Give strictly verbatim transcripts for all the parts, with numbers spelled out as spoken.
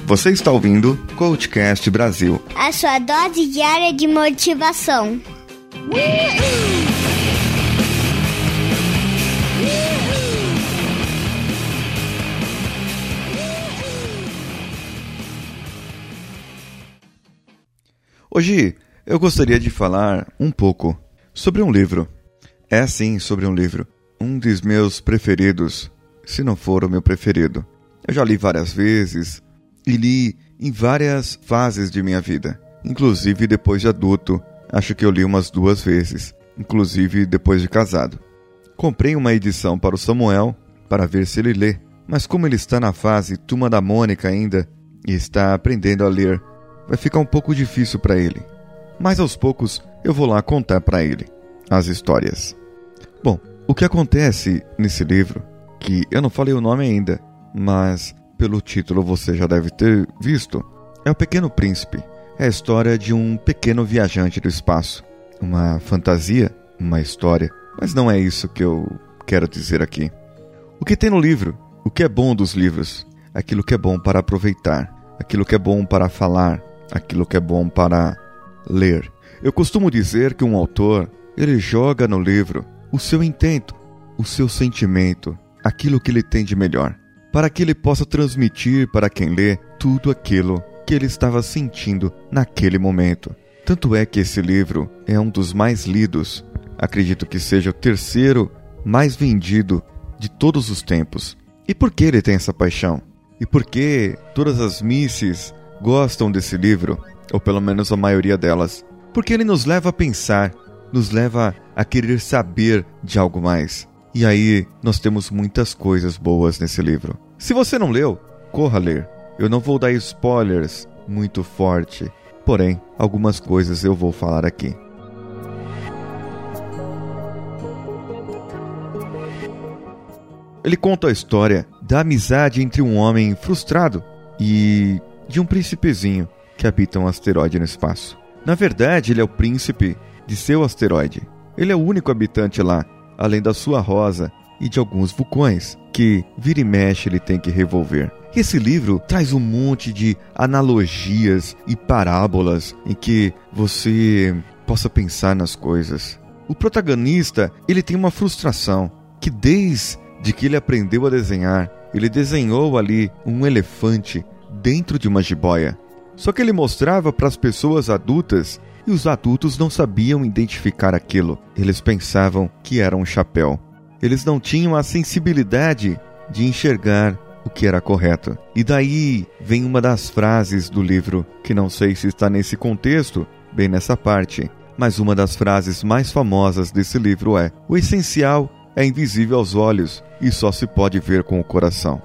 Você está ouvindo Coachcast Brasil, a sua dose diária de motivação. Hoje eu gostaria de falar um pouco sobre um livro. É sim, sobre um livro. Um dos meus preferidos, se não for o meu preferido. Eu já li várias vezes e li em várias fases de minha vida. Inclusive depois de adulto, acho que eu li umas duas vezes. Inclusive depois de casado. Comprei uma edição para o Samuel para ver se ele lê. Mas como ele está na fase Turma da Mônica ainda e está aprendendo a ler, vai ficar um pouco difícil para ele. Mas aos poucos eu vou lá contar para ele as histórias. Bom, o que acontece nesse livro, que eu não falei o nome ainda, mas pelo título você já deve ter visto, é O Pequeno Príncipe. É a história de um pequeno viajante do espaço. Uma fantasia, uma história, mas não é isso que eu quero dizer aqui. O que tem no livro? O que é bom dos livros? Aquilo que é bom para aproveitar, aquilo que é bom para falar, aquilo que é bom para ler. Eu costumo dizer que um autor, ele joga no livro o seu intento, o seu sentimento, aquilo que ele tem de melhor, para que ele possa transmitir para quem lê tudo aquilo que ele estava sentindo naquele momento. Tanto é que esse livro é um dos mais lidos, acredito que seja o terceiro mais vendido de todos os tempos. E por que ele tem essa paixão? E por que todas as misses gostam desse livro, ou pelo menos a maioria delas? Porque ele nos leva a pensar, nos leva a querer saber de algo mais. E aí nós temos muitas coisas boas nesse livro. Se você não leu, corra ler. Eu não vou dar spoilers muito forte, porém, algumas coisas eu vou falar aqui. Ele conta a história da amizade entre um homem frustrado e de um príncipezinho que habita um asteroide no espaço. Na verdade, ele é o príncipe de seu asteroide. Ele é o único habitante lá, além da sua rosa e de alguns vulcões, que vira e mexe ele tem que revolver. Esse livro traz um monte de analogias e parábolas em que você possa pensar nas coisas. O protagonista, ele tem uma frustração, que desde que ele aprendeu a desenhar, ele desenhou ali um elefante dentro de uma jiboia. Só que ele mostrava para as pessoas adultas e os adultos não sabiam identificar aquilo. Eles pensavam que era um chapéu. Eles não tinham a sensibilidade de enxergar o que era correto. E daí vem uma das frases do livro, que não sei se está nesse contexto, bem nessa parte, mas uma das frases mais famosas desse livro é: o essencial é invisível aos olhos e só se pode ver com o coração.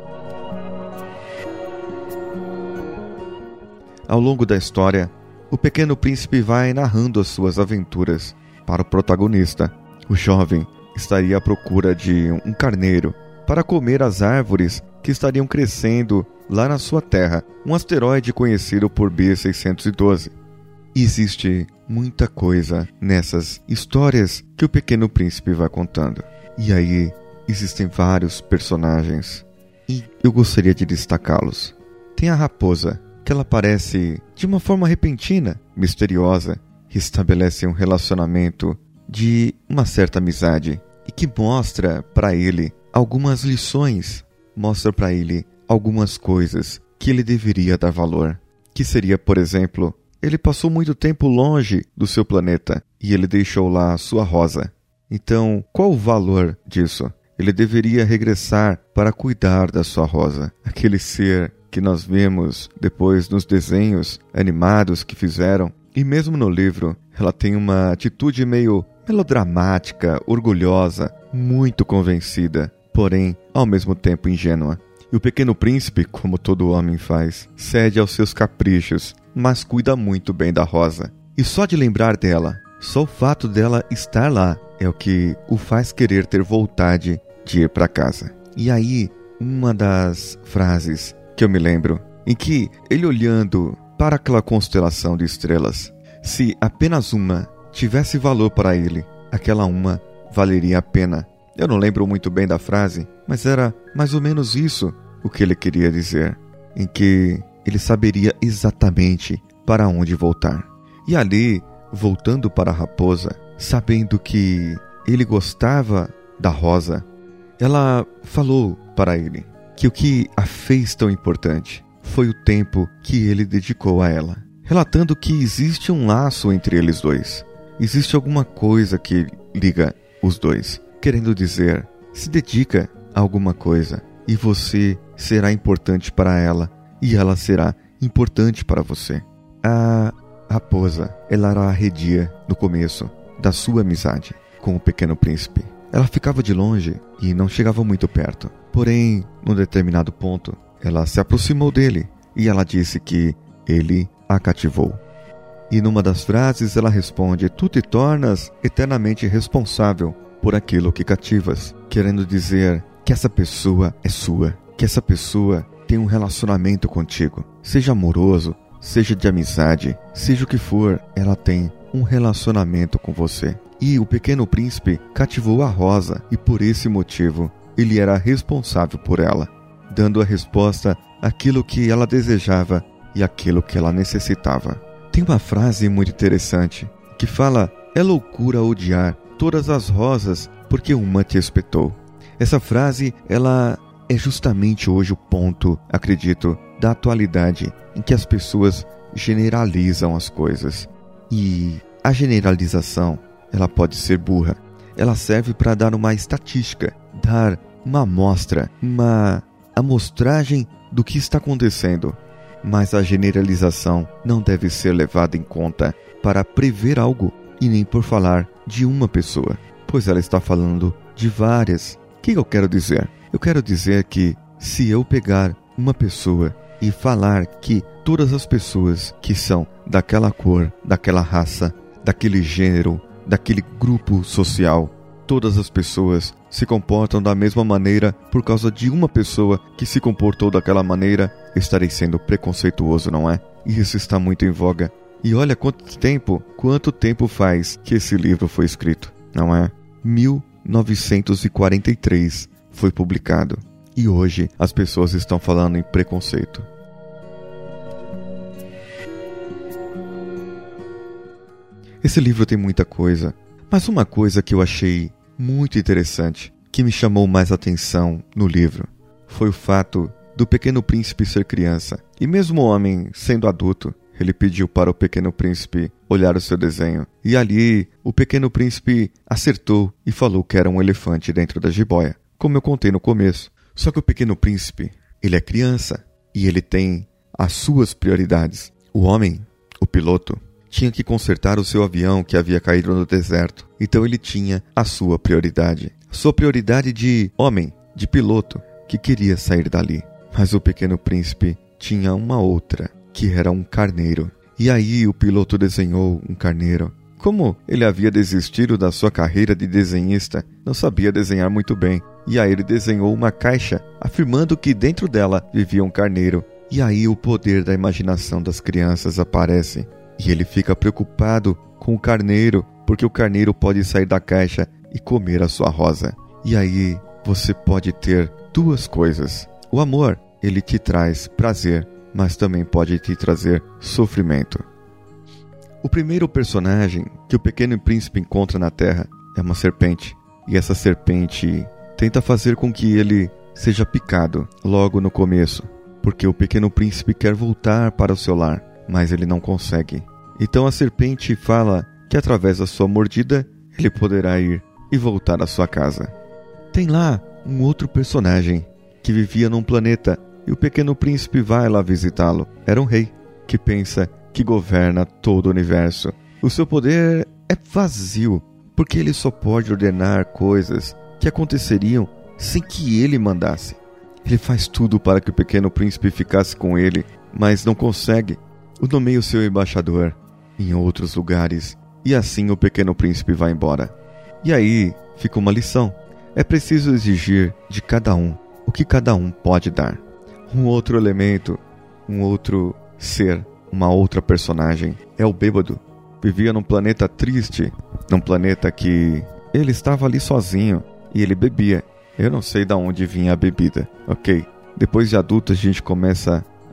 Ao longo da história, o Pequeno Príncipe vai narrando as suas aventuras para o protagonista. O jovem estaria à procura de um carneiro para comer as árvores que estariam crescendo lá na sua terra, um asteroide conhecido por B seiscentos e doze. Existe muita coisa nessas histórias que o Pequeno Príncipe vai contando. E aí existem vários personagens e eu gostaria de destacá-los. Tem a raposa, que ela aparece de uma forma repentina, misteriosa, e estabelece um relacionamento de uma certa amizade e que mostra para ele algumas lições, mostra para ele algumas coisas que ele deveria dar valor. Que seria, por exemplo, ele passou muito tempo longe do seu planeta e ele deixou lá a sua rosa. Então, qual o valor disso? Ele deveria regressar para cuidar da sua rosa, aquele ser que nós vemos depois nos desenhos animados que fizeram. E mesmo no livro, ela tem uma atitude meio melodramática, orgulhosa, muito convencida, porém, ao mesmo tempo ingênua. E o Pequeno Príncipe, como todo homem faz, cede aos seus caprichos, mas cuida muito bem da rosa. E só de lembrar dela, só o fato dela estar lá, é o que o faz querer ter vontade de ir para casa. E aí, uma das frases que eu me lembro, em que ele olhando para aquela constelação de estrelas, se apenas uma tivesse valor para ele, aquela uma valeria a pena. Eu não lembro muito bem da frase, mas era mais ou menos isso o que ele queria dizer, em que ele saberia exatamente para onde voltar. E ali, voltando para a raposa, sabendo que ele gostava da rosa, ela falou para ele que o que a fez tão importante foi o tempo que ele dedicou a ela, relatando que existe um laço entre eles dois. Existe alguma coisa que liga os dois, querendo dizer, se dedica a alguma coisa e você será importante para ela e ela será importante para você. A raposa, ela era arredia no começo da sua amizade com o Pequeno Príncipe. Ela ficava de longe e não chegava muito perto. Porém, num determinado ponto, ela se aproximou dele e ela disse que ele a cativou. E numa das frases ela responde: tu te tornas eternamente responsável por aquilo que cativas, querendo dizer que essa pessoa é sua, que essa pessoa tem um relacionamento contigo, seja amoroso, seja de amizade, seja o que for, ela tem um relacionamento com você. E o Pequeno Príncipe cativou a rosa e por esse motivo ele era responsável por ela, dando a resposta àquilo que ela desejava e àquilo que ela necessitava. Tem uma frase muito interessante que fala: é loucura odiar todas as rosas porque uma te espetou. Essa frase, ela é justamente hoje o ponto, acredito, da atualidade em que as pessoas generalizam as coisas. E a generalização, ela pode ser burra. Ela serve para dar uma estatística, dar uma amostra, uma amostragem do que está acontecendo. Mas a generalização não deve ser levada em conta para prever algo e nem por falar de uma pessoa, pois ela está falando de várias. O que eu quero dizer? Eu quero dizer que se eu pegar uma pessoa e falar que todas as pessoas que são daquela cor, daquela raça, daquele gênero, daquele grupo social, todas as pessoas se comportam da mesma maneira por causa de uma pessoa que se comportou daquela maneira, estarei sendo preconceituoso, não é? E isso está muito em voga. E olha quanto tempo, quanto tempo faz que esse livro foi escrito, não é? mil novecentos e quarenta e três foi publicado. E hoje as pessoas estão falando em preconceito. Esse livro tem muita coisa, mas uma coisa que eu achei muito interessante, que me chamou mais atenção no livro, foi o fato do Pequeno Príncipe ser criança. E mesmo o homem sendo adulto, ele pediu para o Pequeno Príncipe olhar o seu desenho. E ali, o Pequeno Príncipe acertou e falou que era um elefante dentro da jiboia, como eu contei no começo. Só que o Pequeno Príncipe, ele é criança e ele tem as suas prioridades. O homem, o piloto, tinha que consertar o seu avião que havia caído no deserto. Então ele tinha a sua prioridade. A sua prioridade de homem, de piloto, que queria sair dali. Mas o Pequeno Príncipe tinha uma outra, que era um carneiro. E aí o piloto desenhou um carneiro. Como ele havia desistido da sua carreira de desenhista, não sabia desenhar muito bem. E aí ele desenhou uma caixa, afirmando que dentro dela vivia um carneiro. E aí o poder da imaginação das crianças aparece. E ele fica preocupado com o carneiro, porque o carneiro pode sair da caixa e comer a sua rosa. E aí você pode ter duas coisas. O amor, ele te traz prazer, mas também pode te trazer sofrimento. O primeiro personagem que o Pequeno Príncipe encontra na Terra é uma serpente. E essa serpente tenta fazer com que ele seja picado logo no começo, porque o Pequeno Príncipe quer voltar para o seu lar, mas ele não consegue. Então a serpente fala que através da sua mordida ele poderá ir e voltar à sua casa. Tem lá um outro personagem que vivia num planeta e o Pequeno Príncipe vai lá visitá-lo. Era um rei que pensa que governa todo o universo. O seu poder é vazio, porque ele só pode ordenar coisas que aconteceriam sem que ele mandasse. Ele faz tudo para que o Pequeno Príncipe ficasse com ele, mas não consegue. O nomeia o seu embaixador em outros lugares, e assim o Pequeno Príncipe vai embora. E aí fica uma lição. É preciso exigir de cada um o que cada um pode dar. Um outro elemento, um outro ser, uma outra personagem é o bêbado. Vivia num planeta triste, num planeta que ele estava ali sozinho e ele bebia. Eu não sei de onde vinha a bebida, ok? Depois de adulto a gente começa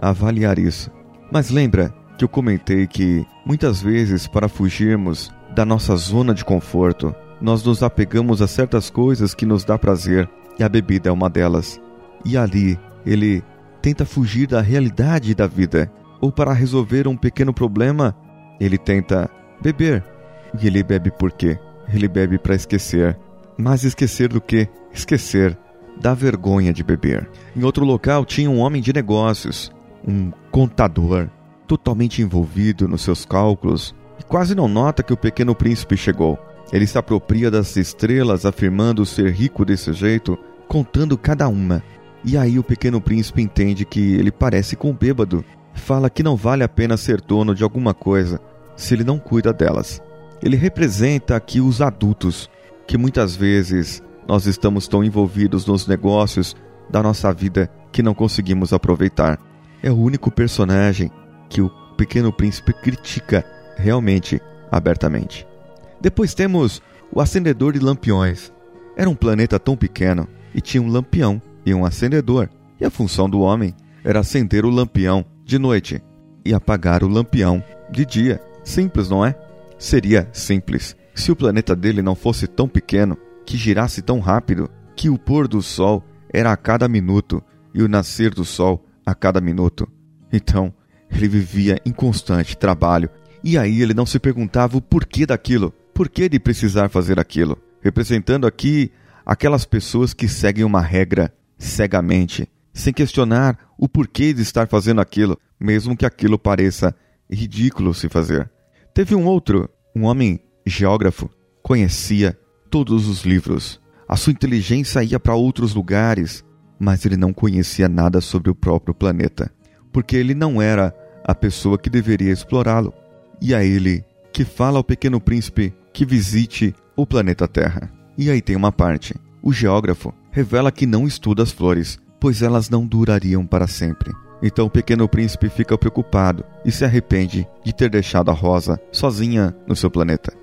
a avaliar isso. Mas lembra que eu comentei que muitas vezes, para fugirmos da nossa zona de conforto, nós nos apegamos a certas coisas que nos dá prazer, e a bebida é uma delas. E ali, ele tenta fugir da realidade da vida, ou para resolver um pequeno problema, ele tenta beber. E ele bebe por quê? Ele bebe para esquecer. Mas esquecer do quê? Esquecer da vergonha de beber. Em outro local tinha um homem de negócios, um contador, totalmente envolvido nos seus cálculos, e quase não nota que o pequeno príncipe chegou. Ele se apropria das estrelas, afirmando ser rico desse jeito, contando cada uma. E aí o pequeno príncipe entende que ele parece com um bêbado. Fala que não vale a pena ser dono de alguma coisa se ele não cuida delas. Ele representa aqui os adultos, que muitas vezes nós estamos tão envolvidos nos negócios da nossa vida que não conseguimos aproveitar. É o único personagem que o pequeno príncipe critica realmente abertamente. Depois temos o acendedor de lampiões. Era um planeta tão pequeno e tinha um lampião e um acendedor. E a função do homem era acender o lampião de noite e apagar o lampião de dia. Simples, não é? Seria simples se o planeta dele não fosse tão pequeno, que girasse tão rápido, que o pôr do sol era a cada minuto e o nascer do sol a cada minuto. Então, ele vivia em constante trabalho. E aí ele não se perguntava o porquê daquilo, porquê de precisar fazer aquilo. Representando aqui aquelas pessoas que seguem uma regra cegamente, sem questionar o porquê de estar fazendo aquilo, mesmo que aquilo pareça ridículo se fazer. Teve um outro, um homem geógrafo, conhecia todos os livros. A sua inteligência ia para outros lugares, mas ele não conhecia nada sobre o próprio planeta, porque ele não era a pessoa que deveria explorá-lo. E a ele que fala ao pequeno príncipe que visite o planeta Terra. E aí tem uma parte. O geógrafo revela que não estuda as flores, pois elas não durariam para sempre. Então o pequeno príncipe fica preocupado e se arrepende de ter deixado a Rosa sozinha no seu planeta.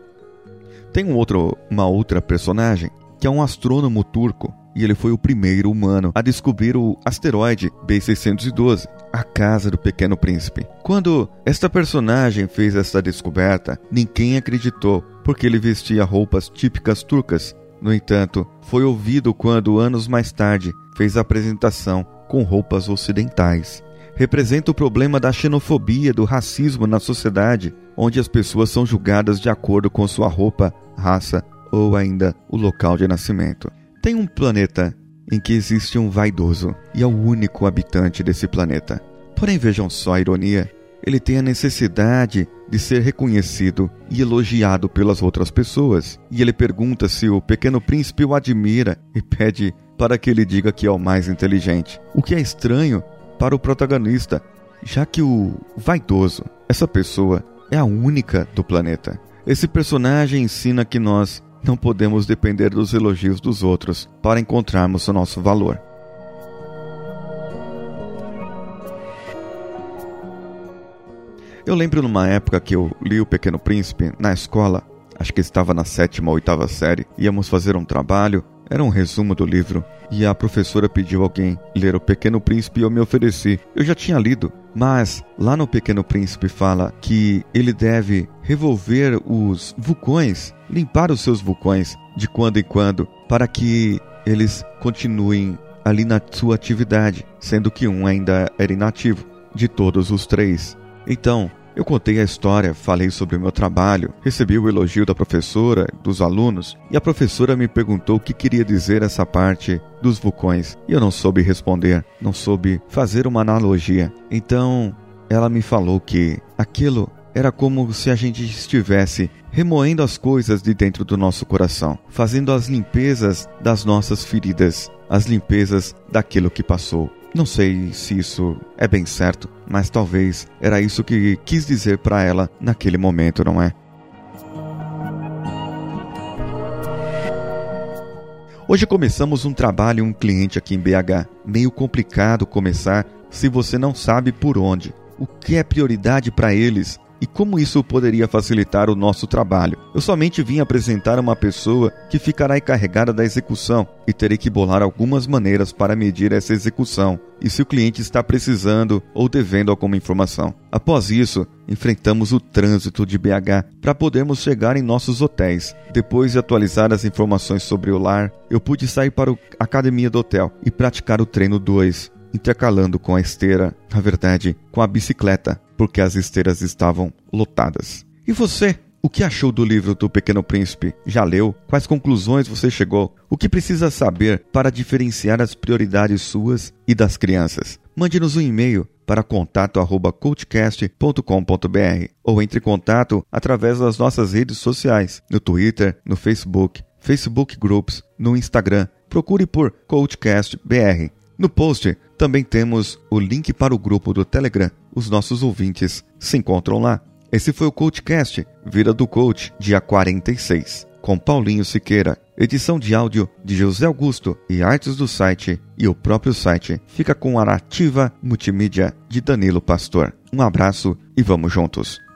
Tem um outro, uma outra personagem, que é um astrônomo turco, e ele foi o primeiro humano a descobrir o asteroide B seiscentos e doze, a casa do pequeno príncipe. Quando esta personagem fez esta descoberta, ninguém acreditou, porque ele vestia roupas típicas turcas. No entanto, foi ouvido quando, anos mais tarde, fez a apresentação com roupas ocidentais. Representa o problema da xenofobia, do racismo na sociedade, onde as pessoas são julgadas de acordo com sua roupa, raça ou ainda o local de nascimento. Tem um planeta em que existe um vaidoso e é o único habitante desse planeta. Porém, vejam só a ironia, ele tem a necessidade de ser reconhecido e elogiado pelas outras pessoas. E ele pergunta se o pequeno príncipe o admira e pede para que ele diga que é o mais inteligente. O que é estranho para o protagonista, já que o vaidoso, essa pessoa, é a única do planeta. Esse personagem ensina que nós não podemos depender dos elogios dos outros para encontrarmos o nosso valor. Eu lembro numa época que eu li O Pequeno Príncipe na escola, acho que estava na sétima ou oitava série, íamos fazer um trabalho, era um resumo do livro, e a professora pediu alguém ler O Pequeno Príncipe e eu me ofereci. Eu já tinha lido, mas lá no Pequeno Príncipe fala que ele deve revolver os vulcões, limpar os seus vulcões de quando em quando, para que eles continuem ali na sua atividade, sendo que um ainda era inativo, de todos os três. Então, eu contei a história, falei sobre o meu trabalho, recebi o elogio da professora, dos alunos, e a professora me perguntou o que queria dizer essa parte dos vulcões. E eu não soube responder, não soube fazer uma analogia. Então, ela me falou que aquilo era como se a gente estivesse remoendo as coisas de dentro do nosso coração, fazendo as limpezas das nossas feridas, as limpezas daquilo que passou. Não sei se isso é bem certo, mas talvez era isso que quis dizer para ela naquele momento, não é? Hoje começamos um trabalho em um cliente aqui em B H. Meio complicado começar se você não sabe por onde. O que é prioridade para eles? e como isso poderia facilitar o nosso trabalho. Eu somente vim apresentar uma pessoa que ficará encarregada da execução e terei que bolar algumas maneiras para medir essa execução e se o cliente está precisando ou devendo alguma informação. Após isso, enfrentamos o trânsito de B H para podermos chegar em nossos hotéis. Depois de atualizar as informações sobre o lar, eu pude sair para a academia do hotel e praticar o treino dois, intercalando com a esteira, na verdade, com a bicicleta, porque as esteiras estavam lotadas. E você? O que achou do livro do Pequeno Príncipe? Já leu? Quais conclusões você chegou? O que precisa saber para diferenciar as prioridades suas e das crianças? Mande-nos um e-mail para contato arroba coachcast ponto com ponto b r ou entre em contato através das nossas redes sociais, no Twitter, no Facebook, Facebook Groups, no Instagram. Procure por CoachCast B R. No post também temos o link para o grupo do Telegram. Os nossos ouvintes se encontram lá. Esse foi o CoachCast, Vida do Coach, dia quarenta e seis, com Paulinho Siqueira. Edição de áudio de José Augusto e artes do site e o próprio site fica com a Ativa Multimídia de Danilo Pastor. Um abraço e vamos juntos!